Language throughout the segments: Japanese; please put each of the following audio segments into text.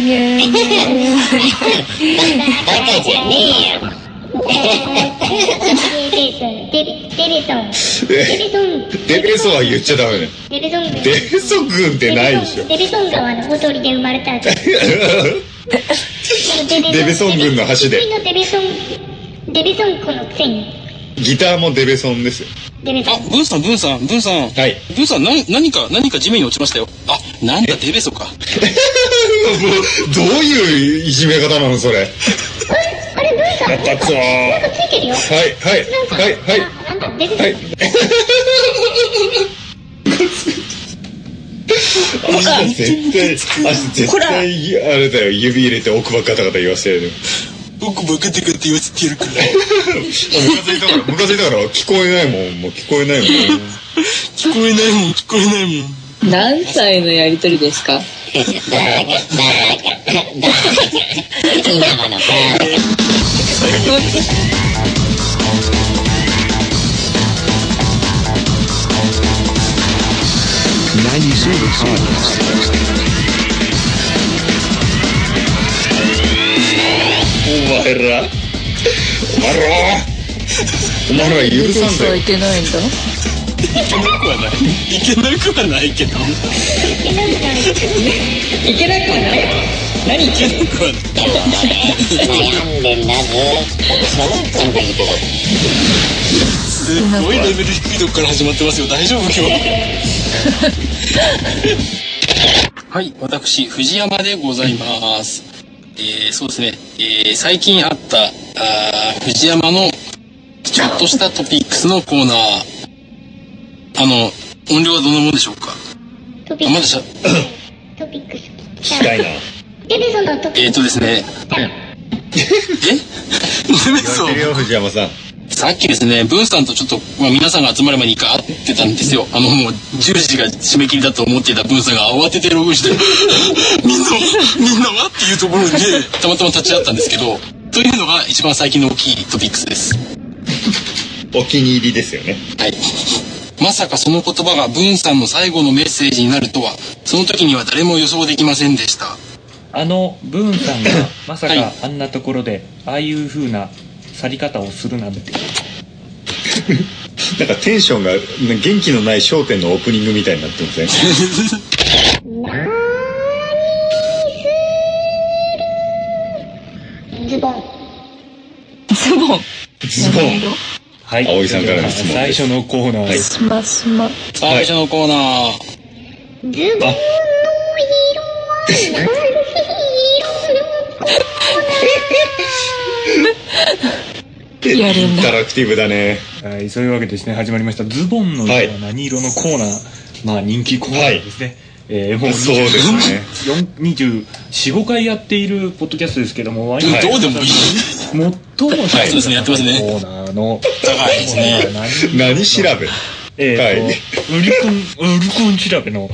バカじゃねえよ。 デベソは言っちゃダメだよ。 デベソン軍。 デベソ軍ってないでしょ。 デベソン川のほとりで生まれたデベソン軍の橋で。 デベソン子のくせに。 ギターもデベソンですよ。 ブンさん。 はい。 ブンさん、何か地面に落ちましたよ。あ、なんだ、デベソか。 どういういじめ方なの、それ。 あれ、ブンさん。 なんかつわー。 なんかついてるよ。 はい。 なんだ、デベソン。 はい。絶対、あれだよ、指入れて奥歯ガタガタ言わせる。 僕バカテカって言わせてやるから。 ムカついたから聞こえないもん。もう聞こえないもん。 聞こえないもん。 何歳のやりとりですか？ 今のか。 お前ら許さんだよ。 いけないんだ。 いけなくはないけど。 いけなくはない。何言ってんの？ 悩んでんだぞ。ちゃんと言ってた。 すごいレベル低いとこから始まってますよ。大丈夫今日。はい、私藤山でございます。そうですね。最近あった藤山のちょっとしたトピックスのコーナー。音量はどんなもんでしょうか。 トピックス。 聞きたいな。 デベソンのトピックス。 ですね。 言われてるよ、藤山さん。 さっきですね、ブンさんとちょっと、皆さんが集まる前に一回会ってたんですよ。もう10時が締め切りだと思っていたブンさんが慌ててログしてみんなはっていうところでたまたま立ち会ったんですけど、というのが一番最近の大きいトピックスです。 お気に入りですよね。 はい。まさかその言葉がブンさんの最後のメッセージになるとは、その時には誰も予想できませんでした。 ブーンさんがまさかあんなところでああいう風な去り方をするなんて。 なんかテンションが元気のない笑点のオープニングみたいになってません？ ズボン。 はい。 葵さんからの質問です。 最初のコーナーです。 最初のコーナー。 ズボンの色は何色？ やるんだ。 インタラクティブだね。 はい、そういうわけでですね、始まりましたズボンの色は何色のコーナー、まあ人気コーナーですね。もうそうですね。 24、5回やっているポッドキャストですけども、 どうでもいい。 最もそうですね、やってますね。 コーナーの高いですね。 何調べ？ ウリコン調べの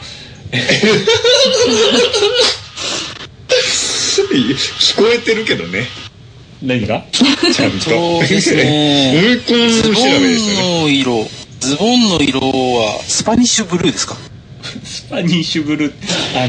聞こえてるけどね。 何が？ ちゃんと。 そうですね。 ウリコン調べですよね。 ズボンの色はスパニッシュブルーですか？ スパニッシュブルー、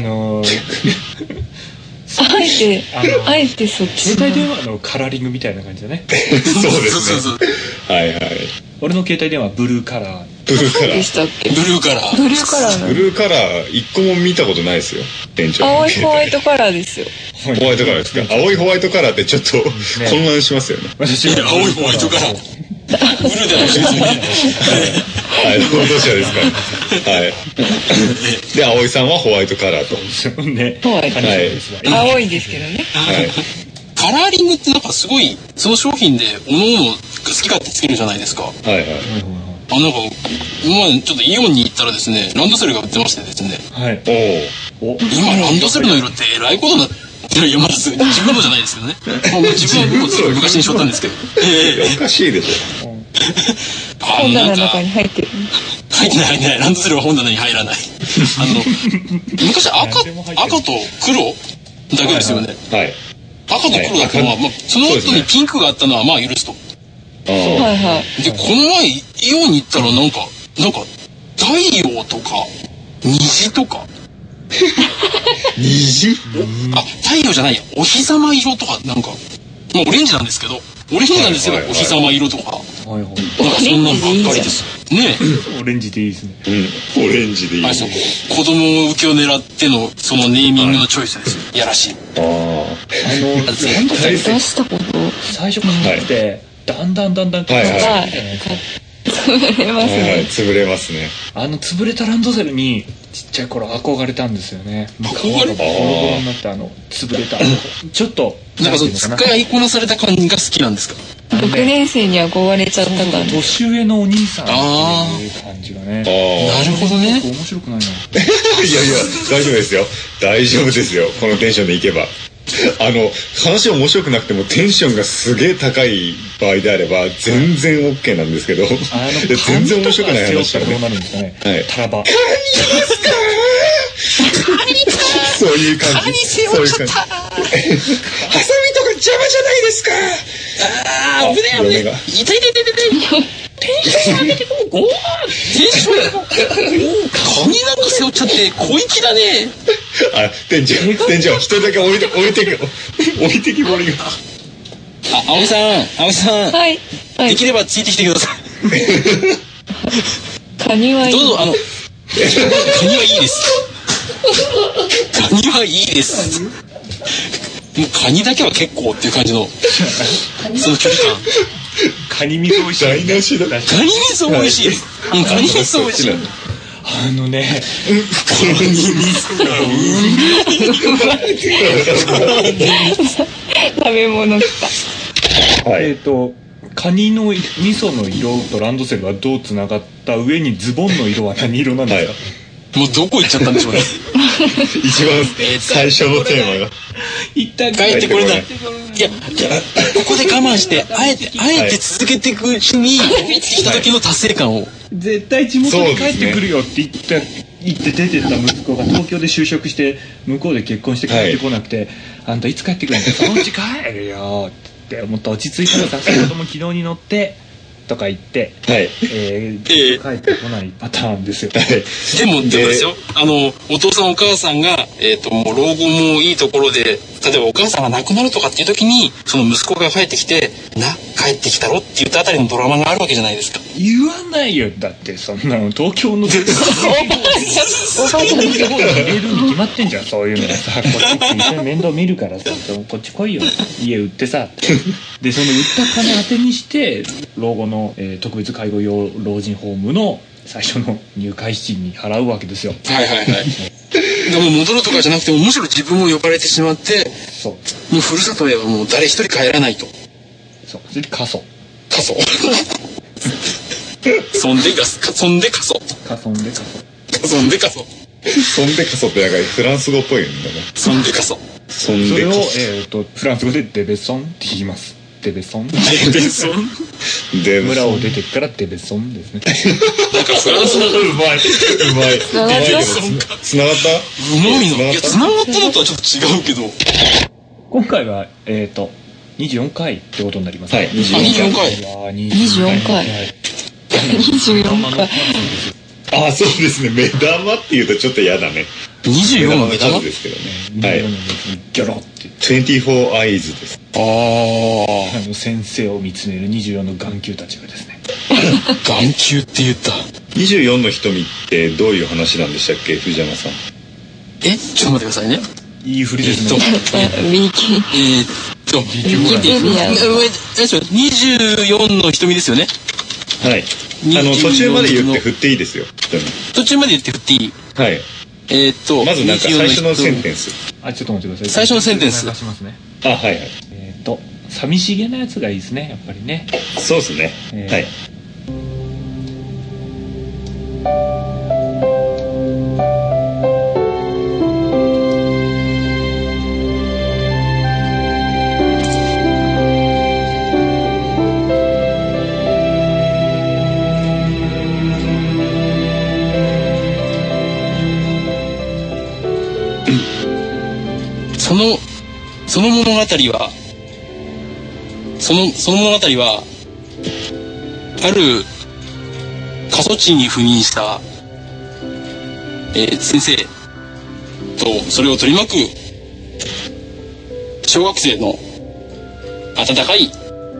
あえてそっち。 携帯電話のカラーリングみたいな感じだね。 そうですね。はいはい。 俺の携帯電話はブルーカラー。 ブルーカラでしたっけ？ ブルーカラー。 ブルーカラーなの。 ブルーカラー一個も見たことないですよ。店長。 青いホワイトカラーですよ。 ホワイトカラーですか？青いホワイトカラーってちょっと混乱しますよね。 私は青いホワイトカラー。ブルーではないですね。 はい、どうしたですか？はい。で、葵さんはホワイトカラーと。 ね。 ホワイト。 はい。 青いですけどね。 はい。 カラーリングってなんかすごい、その商品で各々好き勝手つけるじゃないですか。 はいはい。 なんか、ちょっとイオンに行ったらですね、ランドセルが売ってましてですね。 はい。 今、ランドセルの色ってえらいことになって、いや、まだ自分のじゃないですけどね。自分はもう昔にしょったんですけど。 おかしいでしょ。 本棚の中に入ってる。 入ってない。ランドセルは本棚に入らない。昔赤と黒だけですよね。 はい。 赤と黒だけは、その後にピンクがあったのはまあ許すと。 はいはい。 で、この前、イオンに行ったらなんか、太陽とか、虹とか、 虹？ あ、太陽じゃないや、お日様色とか、なんか、まあオレンジなんですけど、オレンジなんですけど、お日様色とか、 はいはい。 なんかそんなんばっかりです。ねオレンジでいいですね。 オレンジでいい。 あれそう、子供受けを狙っての、そのネーミングのチョイスですよ。やらしい。 あ出したこと最初からなくて、だんだんはい潰れますね。 潰れますね。 潰れたランドセルにちっちゃい頃憧れたたんですよね。 憧れ？ ボロボロになった潰れたちょっっとなんかそう使いこなされた感じが好きなんですか。 6年生に憧れちゃったから、 年上のお兄さんっていう感じがね。 なるほどね。 面白くないな。いや大丈夫ですよ。大丈夫ですよ。このテンションでいけば。話面白くなくてもテンションがすげえ高い場合であれば全然 OK なんですけど、全然面白くない話だね。 どうなるんですかね。タラバ。 そういう感じ。そういう感じ。ハサミとか邪魔じゃないですか。 ああ、危ねえ危ねえ。痛い。テンション上げてこう。テンション上げてこう。カニなんか背負っちゃって小粋だね。 店長一人だけ置いてきぼりが。 青さん。 はい。 できればついてきてください。 カニはいい。 どうぞカニはいいです。カニはいいです。もうカニだけは結構っていう感じのその距離感。 カニ味噌美味しい。 台無しだ。 カニ味噌美味しい。カニ味噌美味しい。 食べ物来た。カニの味噌の色とランドセルはどうつながった上にズボンの色は何色なんですか。 もうどこ行っちゃったんでしょうね。 一番最初のテーマが一旦帰ってこれない。いやここで我慢してあえて続けていくうちに来た時の達成感を。 絶対地元に帰ってくるよって言って出てった息子が東京で就職して向こうで結婚して帰ってこなくて、あんたいつ帰ってくるんだ。そのうち帰るよって思って落ち着いたらさ、子供軌道に乗ってとか言って、帰ってこないパターンですよ。 でもですよ、お父さんお母さんがもう老後もいいところで、例えばお母さんが亡くなるとかっていう時にその息子が帰ってきて帰ってきたろって言ったあたりのドラマがあるわけじゃないですか。 言わないよ。だってそんなの東京の入れるに決まってんじゃん。そういうのがさ、こっち一緒に面倒見るからさ、こっち来いよ、家売ってさでその売った金当てにして老後の、特別介護用老人ホームの最初の入会資金に払うわけですよ。 はいでも戻るとかじゃなくても、むしろ自分も呼ばれてしまって、もうふるさとへはもう誰一人帰らないと。 それで過疎そんで過疎ってなんかフランス語っぽいんだね。 そんで過疎。 それをフランス語でデベソンって言います。デベソン村を出てからデベソンですね。 なんかフランスのうまいつながった。 うまいの。いやつながったのとはちょっと違うけど、 今回は24回ってことになります。 はい、 24回。 あ、そうですね。目玉っていうとちょっと嫌だね。 24の目玉ですけどね。はい。 ギョロって 24 eyes です。 先生を見つめる24の眼球たちがですね。 眼球って言った。 24の瞳ってどういう話なんでしたっけ、藤山さん。 ちょっと待ってくださいね。 いい振りですね。 24の瞳ですよね。 はい。途中まで言って振っていいですよ。 途中まで言って振っていい。 はい。まずなんか最初のセンテンス。 ちょっと待ってください。 最初のセンテンス。 流しますね。 はいはい。 寂しげなやつがいいですね、やっぱりね。 そうですね。はい。 その物語はある過疎地に赴任した、先生それを取り巻く小学生の温かい、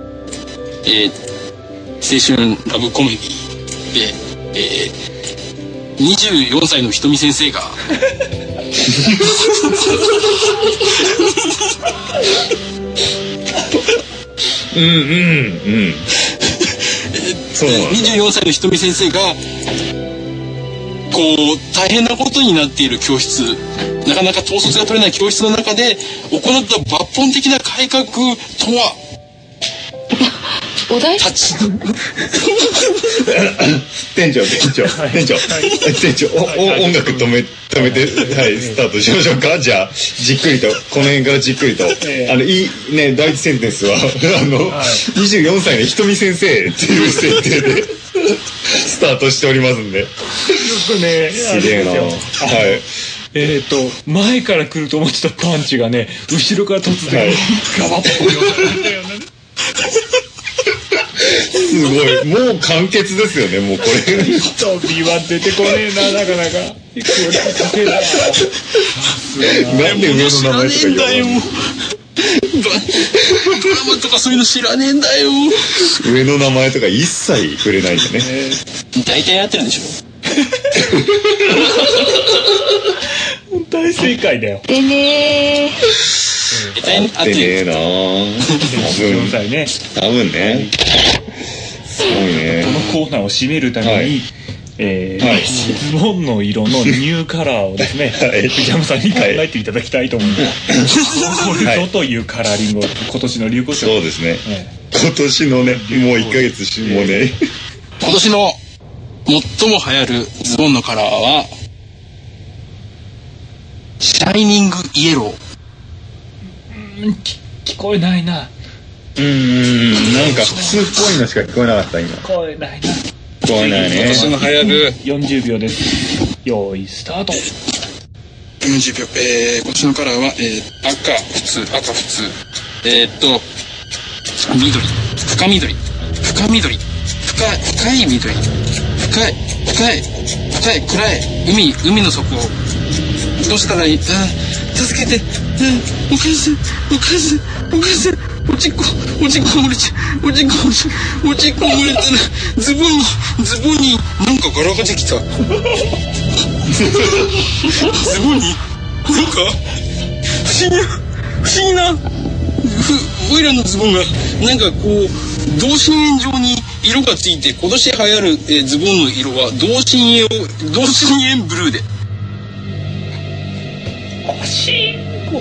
青春ラブコメディで、24歳のひとみ先生がそうなんだ。 24歳のひとみ先生がこう大変なことになっている教室、なかなか統率が取れない教室の中で行った抜本的な改革とはお題立ち店長、音楽止めて、はい、スタートしましょうか。じゃあ、じっくりと、この辺からじっくりと、いいね、第一センテンスは、24歳のひとみ先生っていう設定で、スタートしておりますんで。 よくね、 すげえな。はい。 前から来ると思ってたパンチがね、後ろから突然、ガバッと来るようになったよね。 すごい。もう完結ですよね、もうこれ。 飛びは出てこねえな、なかなか。 なんで上の名前とか言わないの？ ドラマとかそういうの知らねえんだよ。 上の名前とか一切触れないんだね。 大体やってるでしょ。 大正解だよ。 でね大体合ってる。 な 24歳ね。 多分ね。すごいね。 このコーナーを締めるために、ズボンの色のニューカラーをですね、藤山さんに考えていただきたいと思います。これぞというカラーリングを今年の流行色。 そうですね。今年のね、もう1ヶ月もうね。 今年の最も流行るズボンのカラーは、シャイニングイエロー。 聞こえないな。 なんか普通っぽいのしか聞こえなかった今。 聞こえないな。 聞こえないね。 今年の流行る 40秒です。用意スタート。 40秒。今年のカラーは、赤普通。緑、深緑、深い緑、深い暗い海の底。どうしたらいい？助けて。お母さん。おちっこ漏れたらズボンになんか柄ができた。ズボンになんか不思議なオイラのズボンがなんかこう同心円状に色がついて、今年流行る、ズボンの色は同心円ブルーで。 惜しい。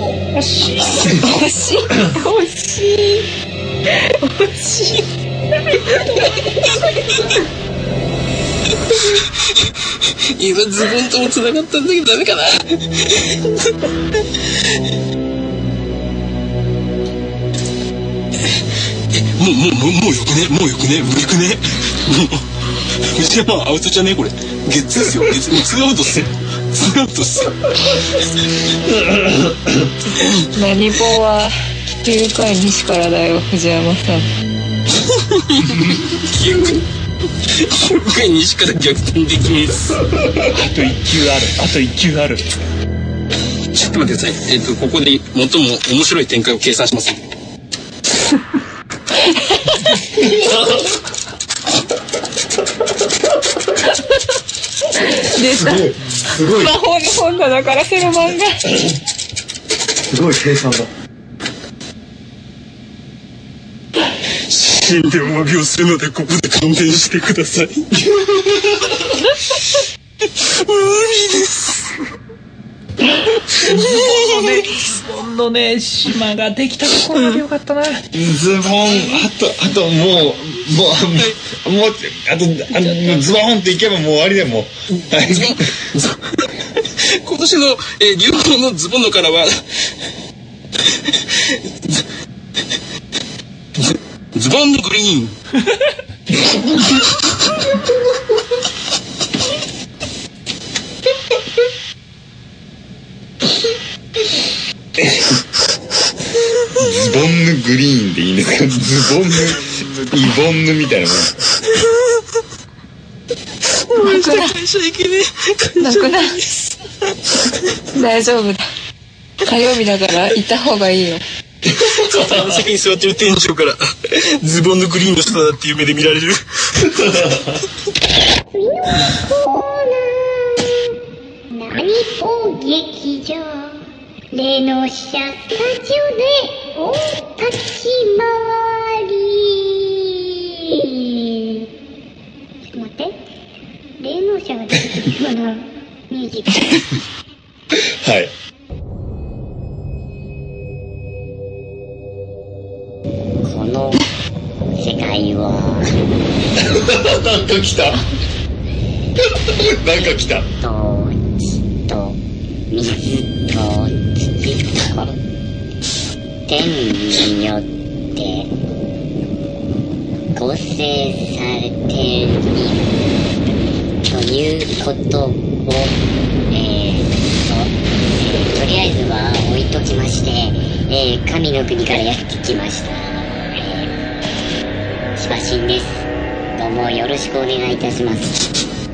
今ズボンとも繋がったんだけどダメかな。もうよくね無理くね。藤山アウトじゃねえこれ。ゲッツですよ。ツーアウトっす。 何棒は9回西からだよ藤山さん。 9回西から逆転できます。 あと1球ある。 ちょっと待ってください。ここで最も面白い展開を計算します。 出た。 すごい魔法の本棚からセロマンが。 すごい計算だ。 死んでお詫びをするのでここで勘弁してください。無理です。 ズボンのね島ができたところまでよかったな。 ズボンあともうあとズボンっていけばもう終わりだよもう。 今年の、流行のズボンのカラーはズボンのグリーン。 ズボンヌグリーンでいいんですか？ズボンヌイボンヌみたいなもん。 会社行けねえ。 泣くな。 大丈夫だ。火曜日だから行った方がいいよ。 席に座ってる店長からズボンのグリーンの下だっていう目で見られる。 次のコーナー、何ぽ劇場、例の車スタジオで大立ち回り。ちょっと待って、霊能者が出てくるようなミュージック。 はい。 この世界はなんか来た。なんか来た。 と地と水と土と天によって構成されているということをとりあえずは置いときまして、神の国からやってきました、しばしんです。どうもよろしくお願いいたします。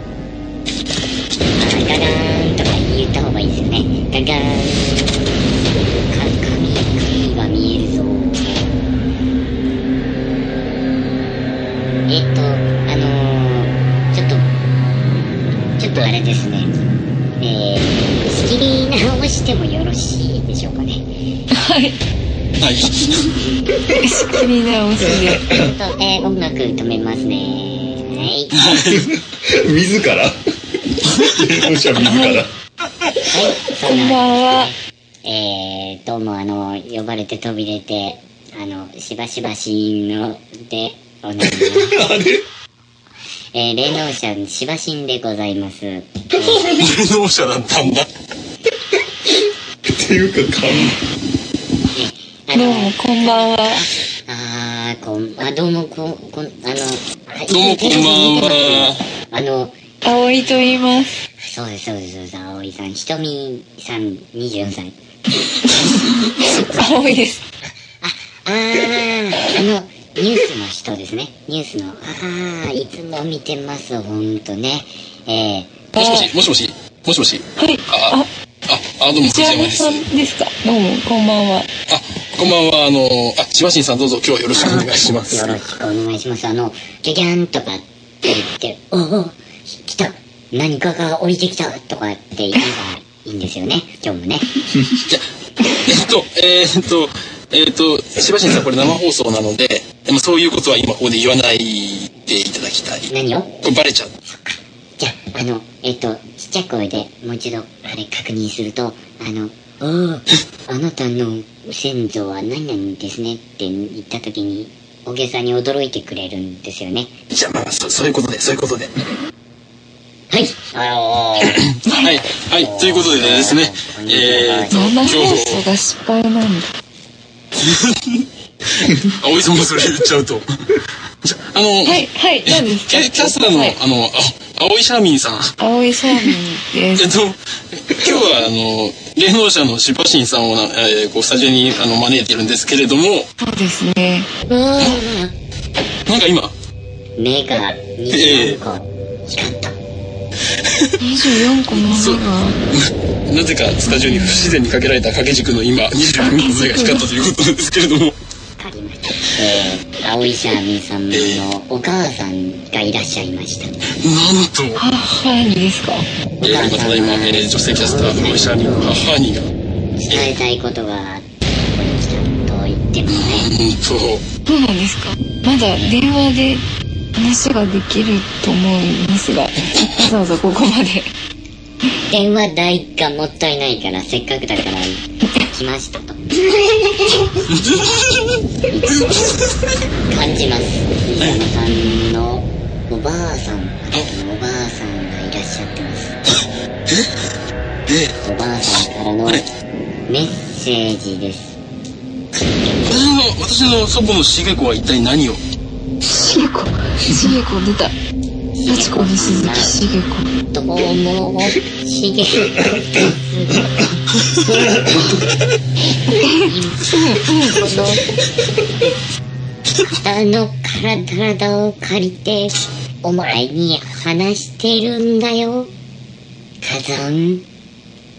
ガガーンとか言った方がいいですよね。ガガーン。神が見えるぞ。ちょっとあれですね。仕切り直してもよろしいでしょうかね。 はい。 はい。 仕切り直しで。 音楽止めますね。はい。 自ら霊能者自ら。 はい。 こんばんは。 どうも呼ばれて飛び出て、しばしばしので、お願いします。 あれ霊能者しばしんでございます。 霊能者だったんだ。 っていうか、 どうもこんばんは。 どうもこんばんは。 葵と言います。 そうです、葵さん、ひとみさん、24歳。 葵です。 ニュースの人ですね。ニュースの、いつも見てます、ほんとね。 もしもし。 はい。 どうも、藤山です。 さんですか。どうも、こんばんは。 こんばんは。しばしんさんどうぞ今日はよろしくお願いします。 よろしくお願いします。ギャギャンとかって言って、来た、何かが降りてきたとかって言えばいいんですよね。今日もね。しばしんさんこれ生放送なので、そういうことは今ここで言わないでいただきたい。何を？これバレちゃう。じゃあ、ちっちゃい声でもう一度、確認すると、あなたの先祖は何々ですねって言った時に、大げさに驚いてくれるんですよね。じゃあ、そういうことで。はい。はい、 ということでですね、 生放送が失敗なんだ。 葵さんもそれ言っちゃうと。 はい、何ですか？ キャスターの、青井シャーミンさん。 青井シャーミンです。 今日は霊能者のしばしんさんをスタジオに招いてるんですけれども。 そうですね。 なんか今目が24個光った。 24個の目が。 なぜかスタジオに不自然にかけられた掛け軸の今24個の目が光ったということなんですけれども。青井シャーミンさんのお母さんがいらっしゃいました。なんと母にですか？ ただいま、女性キャスターの青井シャーミンの母にが伝えたいことがここに来たと言ってもね。 そうなんですか？まだ電話で話ができると思いますが、わざわざここまで電話代がもったいないからせっかくだから来ましたと感じます。水山さんのおばあさんがいらっしゃってます。おばあさんからのメッセージです。 私の祖母のしげ子は一体何を？ しげ子出た。幸子に鈴木しげ子。 どうもしげ子体を借りてお前に話してるんだよ。火山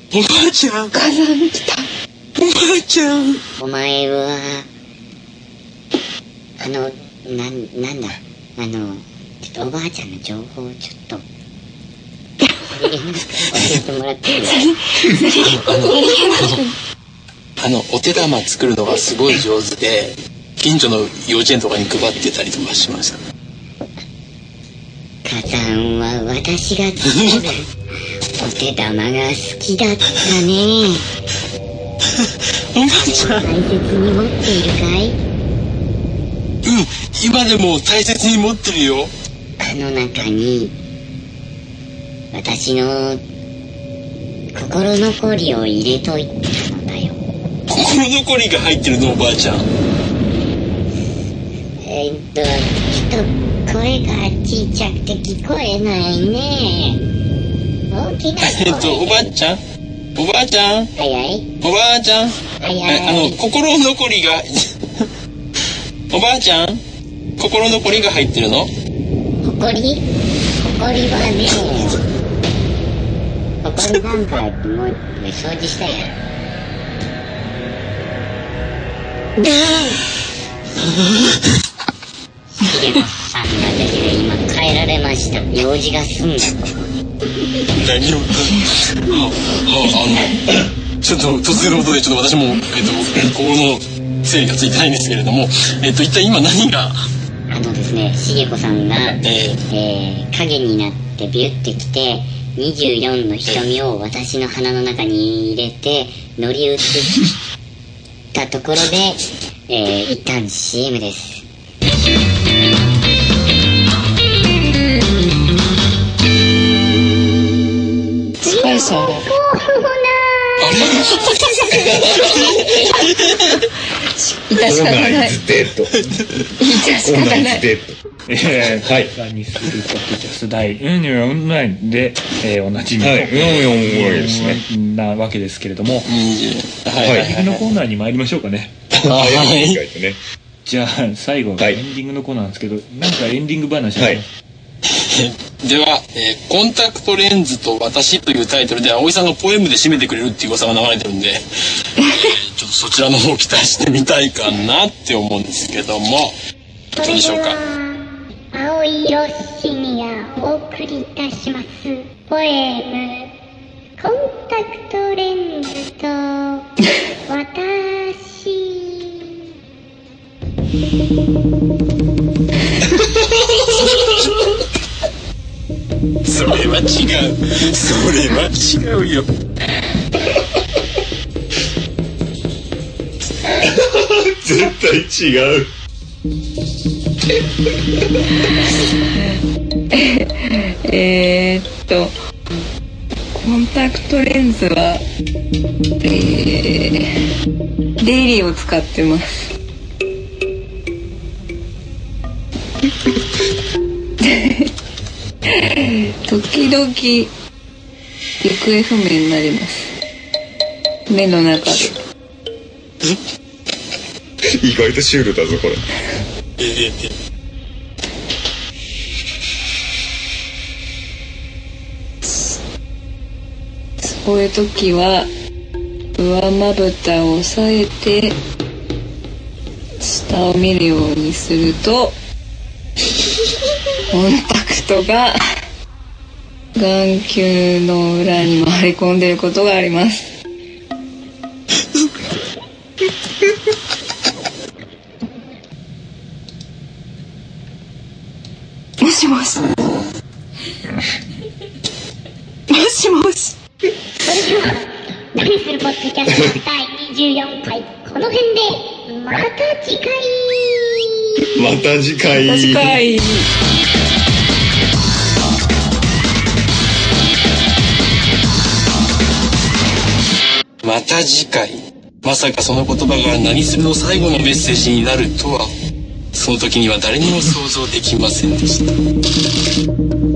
おばあちゃん。 火山来た。 おばあちゃん。 お前は、なんだ、ちょっとおばあちゃんの情報をちょっと、教えてもらっていいですか？お手玉作るのがすごい上手で、近所の幼稚園とかに配ってたりとかしました。 火山は私が作るお手玉が好きだったね。 おばあちゃん。 大切に持っているかい？ うん、今でも大切に持ってるよ。 あの中に私の心残りを入れといたのだよ。 心残りが入ってるの、おばあちゃん。 ちょっと声が小さくて聞こえないね。大きな声。 おばあちゃん、おばあちゃん、 はいはい。 おばあちゃん、 はいはい。 心残りがおばあちゃん、心残りが入ってるの？ ほこりはね、ほこりなんかもう掃除したやん。ヒデさんがだけど今帰られました。用事が済んだ。 何をちょっと突然のことでちょっと私も心の整理がついてないんですけれども、一体今何がですね、しげこさんが、影になってビュってきて24の瞳を私の鼻の中に入れて乗り移ったところで、一旦 CM です。 スパイさんは致し方ない。致し方ない。 はい。にするかけジャス大オンラインで、おなじみの、なわけですけれども、エンディングのコーナーに参りましょうかね。じゃあ最後エンディングのコーナーなんですけど、なんかエンディング話あります？ では、コンタクトレンズと私というタイトルで葵さんがポエムで締めてくれるっていう噂が流れてるんで、ちょっとそちらの方を期待してみたいかなって思うんですけども、どうでしょうか。 葵ロッシニがお送りいたしますポエム、コンタクトレンズと私。 それは違う。それは違うよ。 絶対違う。 コンタクトレンズは、デイリーを使ってます。時々行方不明になります。目の中で。 意外とシュールだぞこれ。 そういう時は上まぶたを押さえて下を見るようにするとコンタクトが眼球の裏に回り込んでいることがあります。もしもし。もしもし。 それでは何するポッドキャスト第24回この辺でまた次回。 また次回。 また次回。 また次回。まさかその言葉が何するの最後のメッセージになるとは、その時には誰にも想像できませんでした。